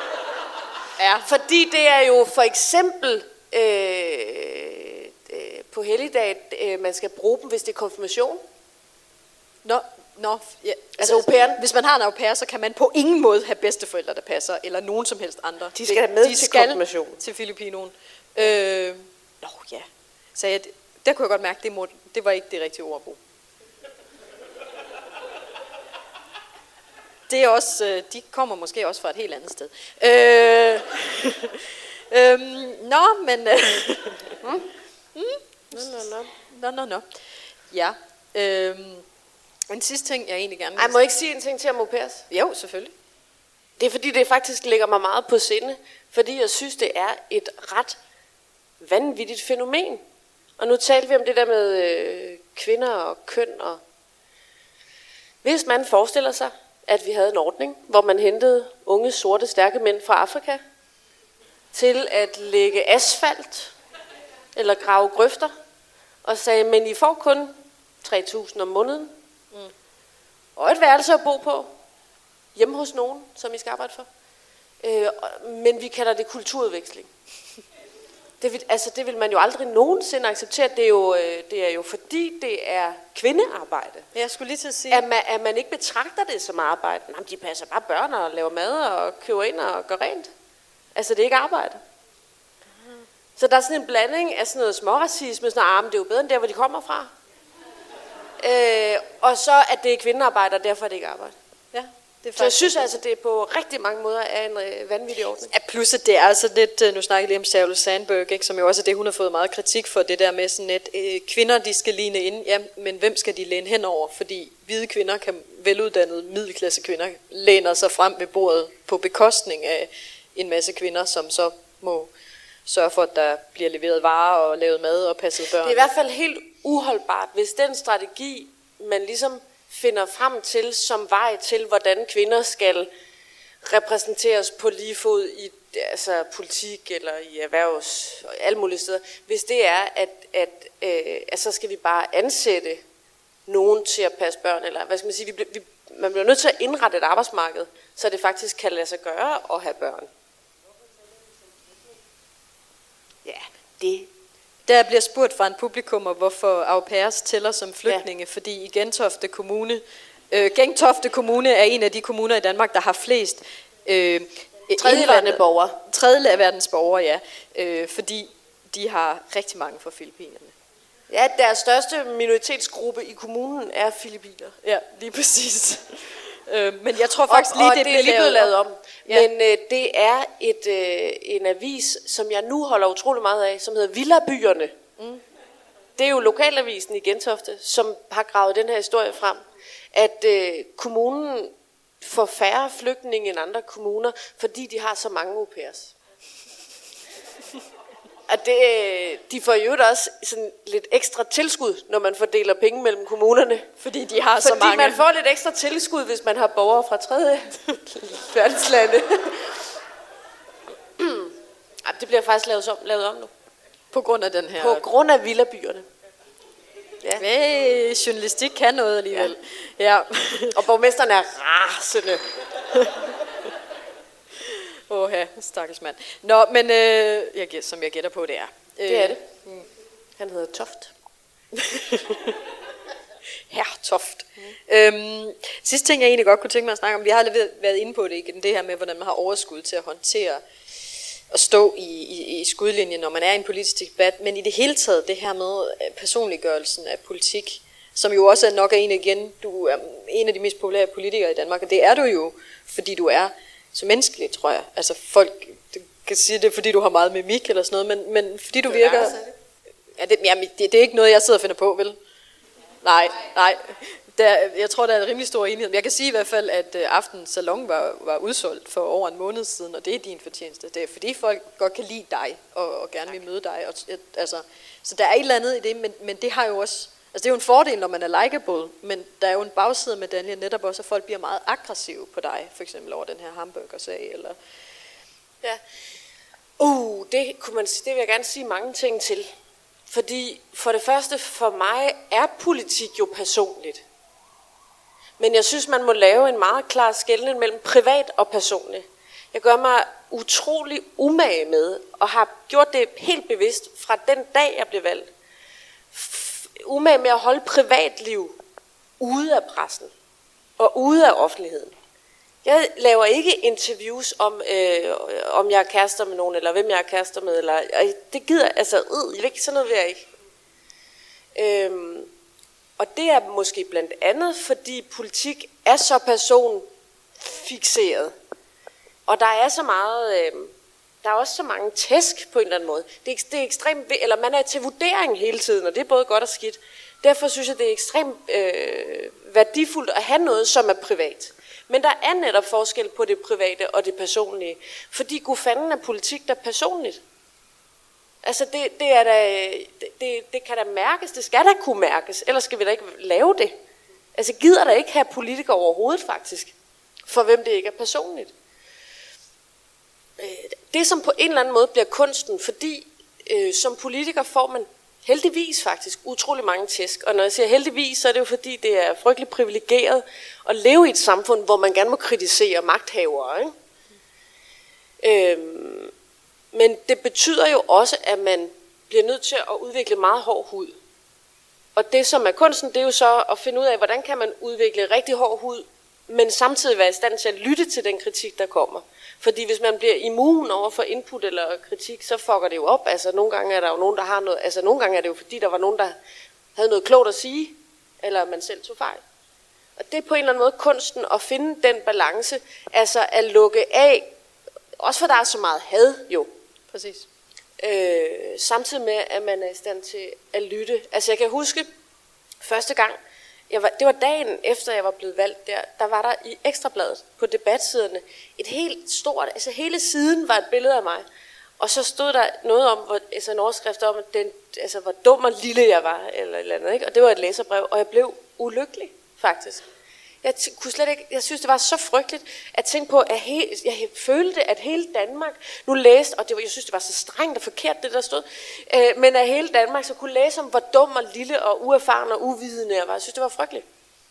Ja. Fordi det er jo for eksempel på helligdag, man skal bruge dem, hvis det er konfirmation. Ja. Altså au pairen. Hvis man har en au pair, så kan man på ingen måde have bedsteforældre, der passer, eller nogen som helst andre. De skal have med til konfirmation. Til Filippinoen. Ja. Så der kunne jeg godt mærke, det var ikke det rigtige ord at bruge. Det er også, de kommer måske også fra et helt andet sted. Nå. Ja. En sidste ting, jeg egentlig gerne vil... Jeg må ikke sige en ting til om au pairs? Jo, selvfølgelig. Det er fordi, det faktisk ligger mig meget på sinde. Fordi jeg synes, det er et ret vanvittigt fænomen. Og nu talte vi om det der med kvinder og køn. Og hvis man forestiller sig, at vi havde en ordning, hvor man hentede unge, sorte, stærke mænd fra Afrika til at lægge asfalt eller grave grøfter, og sagde, men I får kun 3.000 om måneden, og et værelse at bo på, hjemme hos nogen, som I skal arbejde for. Men vi kalder det kulturudveksling. Det vil man jo aldrig nogensinde acceptere. Det er jo fordi, det er kvindearbejde. Jeg skulle lige til at sige... At man ikke betragter det som arbejde. Jamen, de passer bare børn og laver mad og køber ind og gør rent. Altså, det er ikke arbejde. Så der er sådan en blanding af sådan noget småracisme, sådan det er jo bedre end der, hvor de kommer fra. Og så, at det er kvindearbejde, og derfor er det ikke arbejde. Ja. Så jeg synes altså, det er på rigtig mange måder er en vanvittig ordning. Ja, plus at det er altså lidt, nu snakker jeg lige om Sheryl Sandberg, ikke, som jo også er det, hun har fået meget kritik for, det der med sådan, at kvinder, de skal ligne ind, ja, men hvem skal de læne hen over? Fordi hvide kvinder, veluddannede middelklasse kvinder, læner sig frem ved bordet på bekostning af en masse kvinder, som så må sørge for, at der bliver leveret varer og lavet mad og passet børn. Det er i hvert fald helt uholdbart, hvis den strategi, man ligesom finder frem til som vej til, hvordan kvinder skal repræsenteres på lige fod i politik eller i erhvervs og alle mulige steder. Hvis det er, at så skal vi bare ansætte nogen til at passe børn, eller hvad skal man sige, man bliver nødt til at indrette et arbejdsmarked, så det faktisk kan lade sig gøre at have børn. Ja, det... Der bliver spurgt fra en publikum, hvorfor au pairs tæller som flygtninge, fordi i Gentofte Kommune er en af de kommuner i Danmark, der har flest tredjeverdens borgere, fordi de har rigtig mange fra Filippinerne. Ja, deres største minoritetsgruppe i kommunen er filippiner. Ja, lige præcis. Men jeg tror faktisk lige, det er lige blevet lavet om. Ja. Men det er en avis, som jeg nu holder utrolig meget af, som hedder Villabyerne. Det er jo lokalavisen i Gentofte, som har gravet den her historie frem, at kommunen får færre flygtninge end andre kommuner, fordi de har så mange au pairs. Og de får jo også sådan lidt ekstra tilskud, når man fordeler penge mellem kommunerne. Fordi de har så mange. Fordi man får lidt ekstra tilskud, hvis man har borgere fra tredje verdenslande. Det bliver faktisk lavet om nu. På grund af den her... På grund af villabyerne. Ja. Journalistik kan noget alligevel. Ja. Og borgmesteren er rasende. Stakkels mand. Nå, men som jeg gætter på, det er. Det er det. Han hedder Toft. Herr Toft. Sidste ting, jeg egentlig godt kunne tænke mig at snakke om, vi har været inde på det igen, det her med, hvordan man har overskud til at håndtere og stå i skudlinjen, når man er i en politisk debat, men i det hele taget det her med personliggørelsen af politik, som jo også nok er du er en af de mest populære politikere i Danmark, og det er du jo, fordi du er så menneskelig, tror jeg. Altså folk kan sige det, fordi du har meget mimik eller sådan noget, men fordi du virker... Det er ikke noget, jeg sidder og finder på, vel? Nej. Jeg tror, der er en rimelig stor enighed. Men jeg kan sige i hvert fald, at Aftens Salon var udsolgt for over en måned siden, og det er din fortjeneste. Det er fordi folk godt kan lide dig, og gerne vil møde dig. Så der er et eller andet i det, men det har jo også... Altså det er jo en fordel, når man er likeable, men der er jo en bagside af medaljen netop også, at folk bliver meget aggressive på dig, for eksempel over den her hamburgersag, eller... Ja. Det vil jeg gerne sige mange ting til. Fordi for det første, for mig er politik jo personligt. Men jeg synes, man må lave en meget klar skelnen mellem privat og personligt. Jeg gør mig utrolig umage med, og har gjort det helt bevidst fra den dag, jeg blev valgt, umage med at holde privatliv ude af pressen og ude af offentligheden. Jeg laver ikke interviews om jeg er kærester med nogen, eller hvem jeg er kærester med, eller det gider, sådan noget vil jeg ikke. Og det er måske blandt andet, fordi politik er så personfikseret. Og der er så meget, der er også så mange tæsk på en eller anden måde. Det er ekstremt, eller man er til vurdering hele tiden, og det er både godt og skidt. Derfor synes jeg, det er ekstremt værdifuldt at have noget, som er privat. Men der er netop forskel på det private og det personlige. Fordi gud fanden er politik der personligt. Altså det kan da mærkes, det skal da kunne mærkes, ellers skal vi da ikke lave det. Altså gider der ikke have politikere overhovedet faktisk, for hvem det ikke er personligt. Det som på en eller anden måde bliver kunsten, fordi som politiker får man heldigvis faktisk utrolig mange tæsk. Og når jeg siger heldigvis, så er det jo fordi, det er frygteligt privilegeret at leve i et samfund, hvor man gerne må kritisere magthavere. Ikke? Men det betyder jo også, at man bliver nødt til at udvikle meget hård hud. Og det som er kunsten, det er jo så at finde ud af, hvordan kan man udvikle rigtig hård hud, men samtidig være i stand til at lytte til den kritik, der kommer. Fordi hvis man bliver immun over for input eller kritik, så fucker det jo op. Altså nogle gange er der jo nogen, der har noget, altså nogle gange er det jo fordi, der var nogen, der havde noget klogt at sige, eller man selv tog fejl. Og det er på en eller anden måde kunsten at finde den balance, altså at lukke af, også for der er så meget had jo. Præcis. Samtidig med, at man er i stand til at lytte. Altså jeg kan huske, første gang, det var dagen efter jeg var blevet valgt der var der i Ekstrabladet på debatsiderne et helt stort, altså hele siden var et billede af mig. Og så stod der noget om, en overskrift om, at hvor dum og lille jeg var, eller et eller andet, ikke? Og det var et læserbrev, og jeg blev ulykkelig faktisk. Jeg kunne slet ikke, jeg synes det var så frygteligt at tænke på, at jeg følte, at hele Danmark nu læste, og jeg synes det var så strengt og forkert det der stod, men at hele Danmark så kunne læse om, hvor dum og lille og uerfaren og uvidende jeg var. Jeg synes det var frygteligt.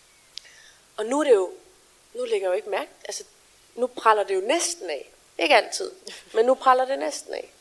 Og nu er det jo, nu lægger jeg jo ikke mærke, altså nu praller det jo næsten af. Ikke altid, men nu praller det næsten af.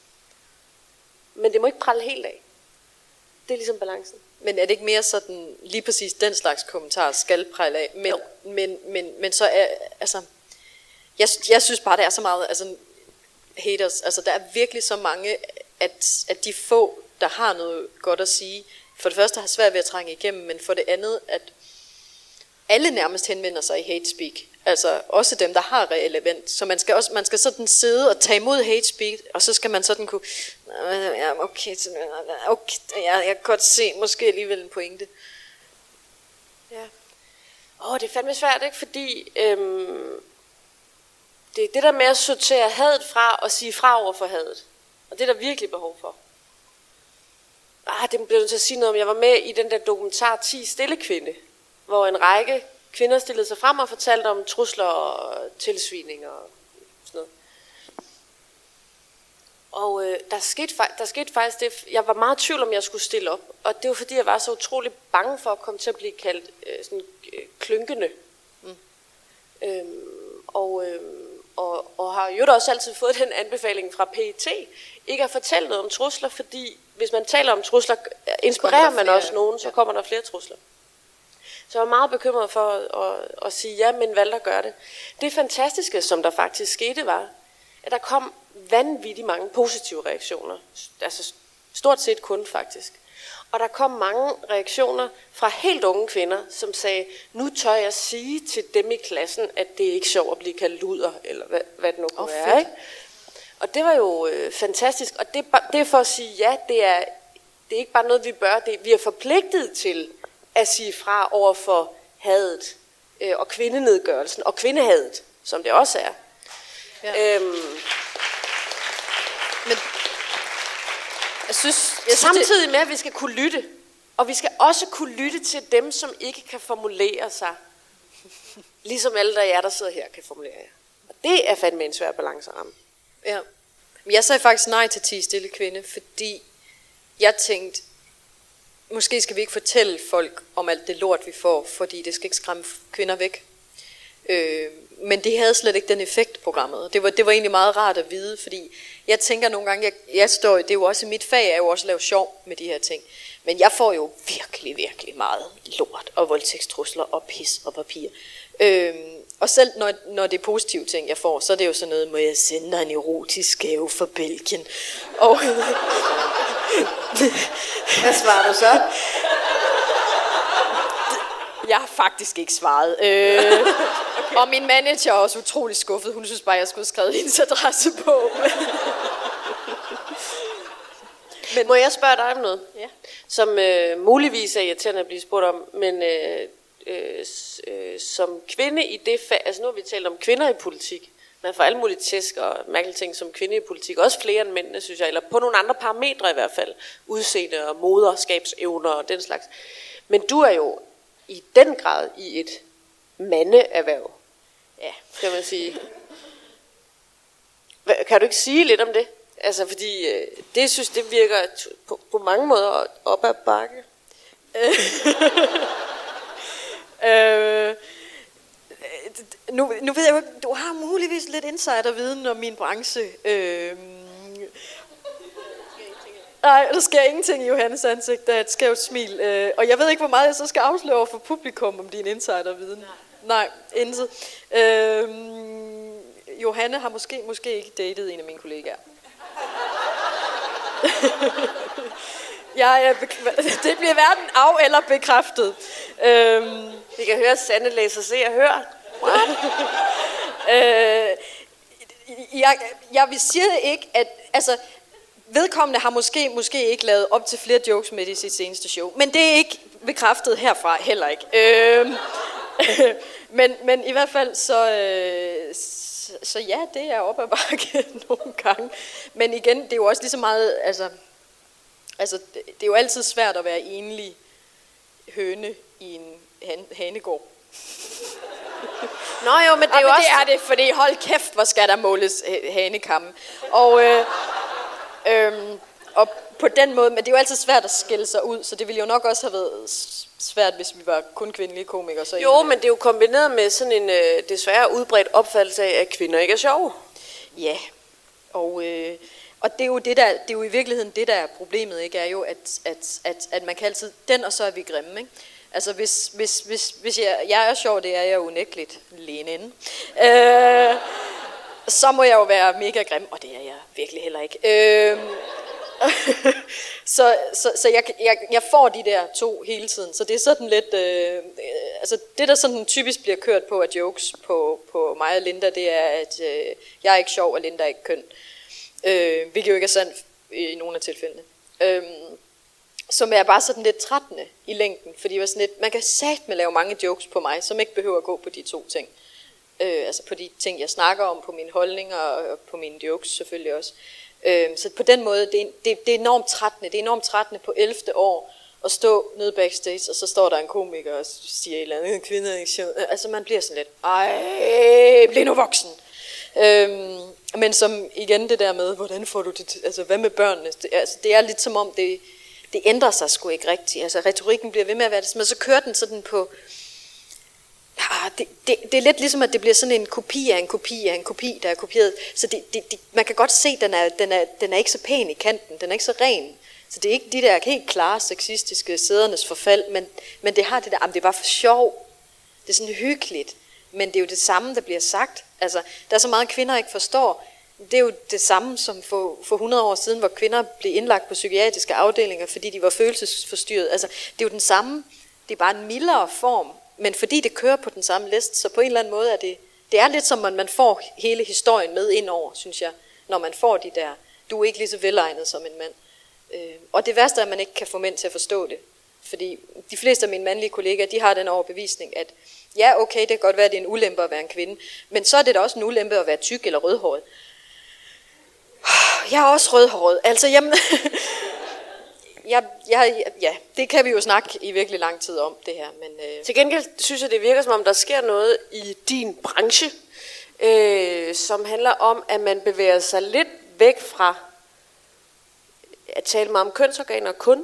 Men det må ikke pralle helt af. Det er ligesom balancen. Men er det ikke mere sådan, lige præcis den slags kommentar skal prale af? Men så er, altså, jeg synes bare, det er så meget, altså, haters, altså der er virkelig så mange, at de få, der har noget godt at sige, for det første har svært ved at trænge igennem, men for det andet, at alle nærmest henvender sig i hate speak. Altså også dem, der har relevant. Så man skal sådan sidde og tage imod hate speak, og så skal man sådan kunne, okay, jeg kan godt se måske alligevel en pointe. Ja. Det er fandme svært, ikke? Fordi det er det der med at sortere hadet fra og sige fra over for hadet. Og det er der virkelig behov for. Det bliver nødt til at sige noget om. Jeg var med i den der dokumentar 10 stille kvinde, hvor en række kvinder stillede sig frem og fortalte om trusler og tilsvining og sådan noget. Og der skete faktisk det, jeg var meget i tvivl om, jeg skulle stille op. Og det var fordi, jeg var så utrolig bange for at komme til at blive kaldt klynkende. Og har jo også altid fået den anbefaling fra PET, ikke at fortælle noget om trusler, fordi hvis man taler om trusler, inspirerer man også nogen, så kommer der flere trusler. Så jeg var meget bekymret for at sige, ja, men valgte at gøre det. Det fantastiske, som der faktisk skete, var, at der kom vanvittigt mange positive reaktioner. Altså stort set kun faktisk. Og der kom mange reaktioner fra helt unge kvinder, som sagde, nu tør jeg sige til dem i klassen, at det er ikke sjovt at blive kaldt luder, eller hvad det nu kunne være. Ikke? Og det var jo fantastisk. Og det er for at sige, ja, det er ikke bare noget, vi bør. Vi er forpligtet til at sige fra over for hadet og kvindenedgørelsen og kvindehadet, som det også er. Ja. Men jeg synes samtidig med, at vi skal kunne lytte, og vi skal også kunne lytte til dem, som ikke kan formulere sig, ligesom alle der sidder her, kan formulere jer. Og det er fandme en svær balance at ramme. Ja. Jeg sagde faktisk nej til 10 stille kvinde, fordi jeg tænkte, måske skal vi ikke fortælle folk om alt det lort, vi får, fordi det skal ikke skræmme kvinder væk. Men det havde slet ikke den effekt, programmet. Det var egentlig meget rart at vide, fordi jeg tænker nogle gange, det er jo også mit fag, er jo også at lave sjov med de her ting. Men jeg får jo virkelig, virkelig meget lort og voldtægtstrusler og pis og papir. Og selv når det er positive ting, jeg får, så er det jo sådan noget, må jeg sende dig en erotisk gave fra Belgien. Og hvad svarer du så? Jeg har faktisk ikke svaret. Okay. Og min manager er også utrolig skuffet. Hun synes bare, jeg skulle have skrevet hendes adresse på. Men må jeg spørge dig om noget? Ja. Som muligvis er irriterende at blive spurgt om, men som kvinde i det fag, altså nu har vi talt om kvinder i politik, man får alle mulige tæsk og mærkelige ting som kvinde i politik, også flere end mændene, synes jeg, eller på nogle andre parametre i hvert fald, udseende og moderskabsevner og den slags. Men du er jo i den grad i et mandeerhverv, ja, kan man sige. Kan du ikke sige lidt om det? Altså, fordi det synes det virker på mange måder op ad bakke. Nu ved jeg jo ikke, du har muligvis lidt insiderviden om min branche. Nej, der sker ingenting i Johannes ansigt, der er et skævt smil. Og jeg ved ikke, hvor meget jeg så skal afsløre over for publikum om din insiderviden. Nej, intet. Johanne har måske ikke datet en af mine kollegaer. Det bliver hverken af- eller bekræftet. Vi kan høre, Sanne læser, se og hør. Jeg vil sige ikke, at altså, vedkommende har måske ikke lavet op til flere jokes med i sit seneste show. Men det er ikke bekræftet herfra, heller ikke. Men i hvert fald, så ja, det er op ad bakke nogle gange. Men igen, det er jo også lige så meget, altså det er jo altid svært at være enlig høne i en hanegård. Nå jo, men det er jo også... det er det, fordi hold kæft, hvor skal der måles hanekamme. Og på den måde, men det er jo altid svært at skille sig ud, så det ville jo nok også have været svært, hvis vi var kun kvindelige komikere. Så jo, men det er jo kombineret med sådan en desværre udbredt opfattelse af, at kvinder ikke er sjove. Ja, og det er jo det der, det er jo i virkeligheden det der er problemet, ikke, er jo at man kan altid den, og så er vi grimme, ikke? Altså hvis jeg er sjov, det er jeg unægteligt Lenin. Så må jeg jo være mega grim, og det er jeg virkelig heller ikke. Så jeg får de der to hele tiden, så det er sådan lidt, altså det der sådan typisk bliver kørt på af jokes på mig og Linda, det er at jeg er ikke sjov, og Linda er ikke køn, hvilket jo ikke er sandt i nogle af tilfældene. Som er bare sådan lidt trættende i længden, fordi var sådan lidt, man kan satme lave mange jokes på mig, som ikke behøver at gå på de to ting. Altså på de ting, jeg snakker om, på mine holdninger og på mine jokes selvfølgelig også. Så på den måde, det er enormt trættende. Det er enormt trættende på 11. år at stå nede backstage, og så står der en komiker og siger et eller andet, kvindereaktion. Altså man bliver sådan lidt, ej, bliv nu voksen. Men som igen det der med, hvordan får du det, altså hvad med børnene? Det er lidt som om, det ændrer sig sgu ikke rigtigt. Altså retorikken bliver ved med at være det, men så kører den sådan på... Det er lidt ligesom, at det bliver sådan en kopi af en kopi af en kopi, der er kopieret. Så man kan godt se, at den er ikke så pæn i kanten, den er ikke så ren. Så det er ikke de der helt klare sexistiske sædernes forfald, men det har det der, det er bare for sjov. Det er sådan hyggeligt, men det er jo det samme, der bliver sagt. Altså, der er så meget, kvinder ikke forstår. Det er jo det samme som for 100 år siden, hvor kvinder blev indlagt på psykiatriske afdelinger, fordi de var følelsesforstyrret. Altså, det er jo den samme, det er bare en mildere form. Men fordi det kører på den samme liste, så på en eller anden måde er det er lidt som, at man får hele historien med ind over, synes jeg, når man får de der, du er ikke lige så velegnet som en mand. Og det værste er, at man ikke kan få mænd til at forstå det. Fordi de fleste af mine mandlige kollegaer, de har den overbevisning, at ja, okay, det kan godt være, at det er en ulempe at være en kvinde, men så er det da også en ulempe at være tyk eller rødhåret. Jeg er også rødhåret, altså jamen... Ja, det kan vi jo snakke i virkelig lang tid om, det her. Men, Til gengæld synes jeg, det virker som om, der sker noget i din branche, som handler om, at man bevæger sig lidt væk fra at tale meget om kønsorganer kun.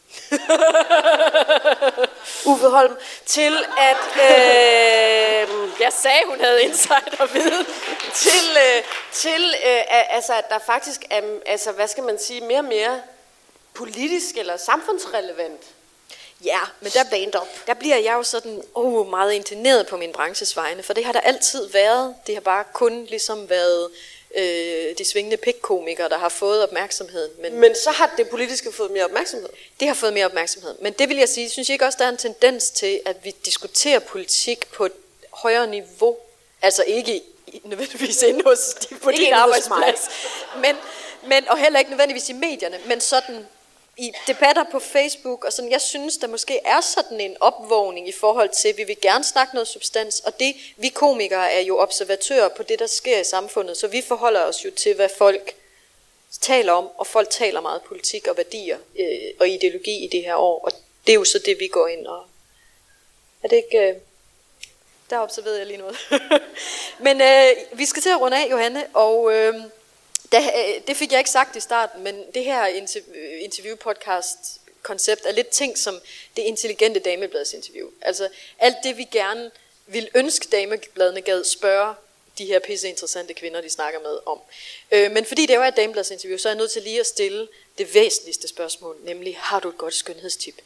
Uffe Holm, til at... jeg sagde, hun havde insiderviden. til at der faktisk er, altså hvad skal man sige, mere og mere politisk eller samfundsrelevant. Ja, men stand-up. Der bliver jeg jo sådan meget indigneret på min branches vegne, for det har der altid været. Det har bare kun ligesom været de svingende pikkomikere, der har fået opmærksomheden. Men så har det politiske fået mere opmærksomhed? Det har fået mere opmærksomhed. Men det vil jeg sige, synes jeg ikke også, der er en tendens til, at vi diskuterer politik på et højere niveau. Altså ikke nødvendigvis inde hos på din arbejdsplads, men, og heller ikke nødvendigvis i medierne, men sådan i debatter på Facebook, og sådan, jeg synes, der måske er sådan en opvågning i forhold til, at vi vil gerne snakke noget substans, og det, vi komikere er jo observatører på det, der sker i samfundet, så vi forholder os jo til, hvad folk taler om, og folk taler meget politik og værdier og ideologi i det her år, og det er jo så det, vi går ind og... Er det ikke... Der observerede jeg lige noget. Men vi skal til at runde af, Johanne, og... Det fik jeg ikke sagt i starten, men det her interview-podcast-koncept er lidt ting som det intelligente Damebladets interview. Altså alt det, vi gerne vil ønske Damebladene gad spørge de her pisse interessante kvinder, de snakker med om. Men fordi det jo er et Damebladets interview, så er jeg nødt til lige at stille det væsentligste spørgsmål, nemlig, har du et godt skønhedstip?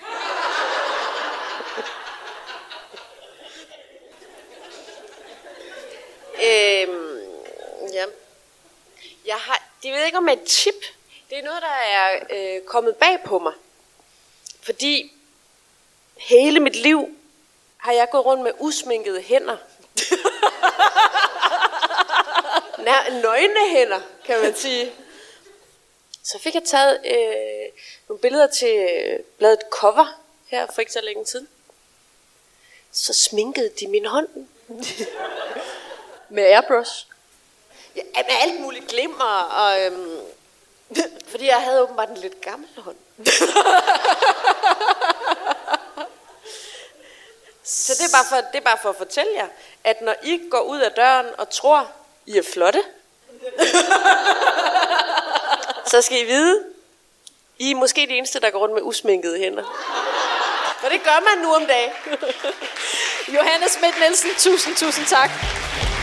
Ja. Jeg ved ikke om et tip. Det er noget, der er kommet bag på mig. Fordi hele mit liv har jeg gået rundt med usminkede hænder. Nøgne hænder, kan man sige. Så fik jeg taget nogle billeder til bladet Cover her for ikke så længe siden. Så sminkede de min hånd. Med airbrush? Ja, med alt muligt glimmer, og fordi jeg havde åbenbart en lidt gammel hånd. Så det er bare for at fortælle jer, at når I går ud af døren og tror, I er flotte, så skal I vide, I er måske de eneste, der går rundt med usminkede hænder. For det gør man nu om dagen. Johanne Schmidt Nielsen, tusind tak.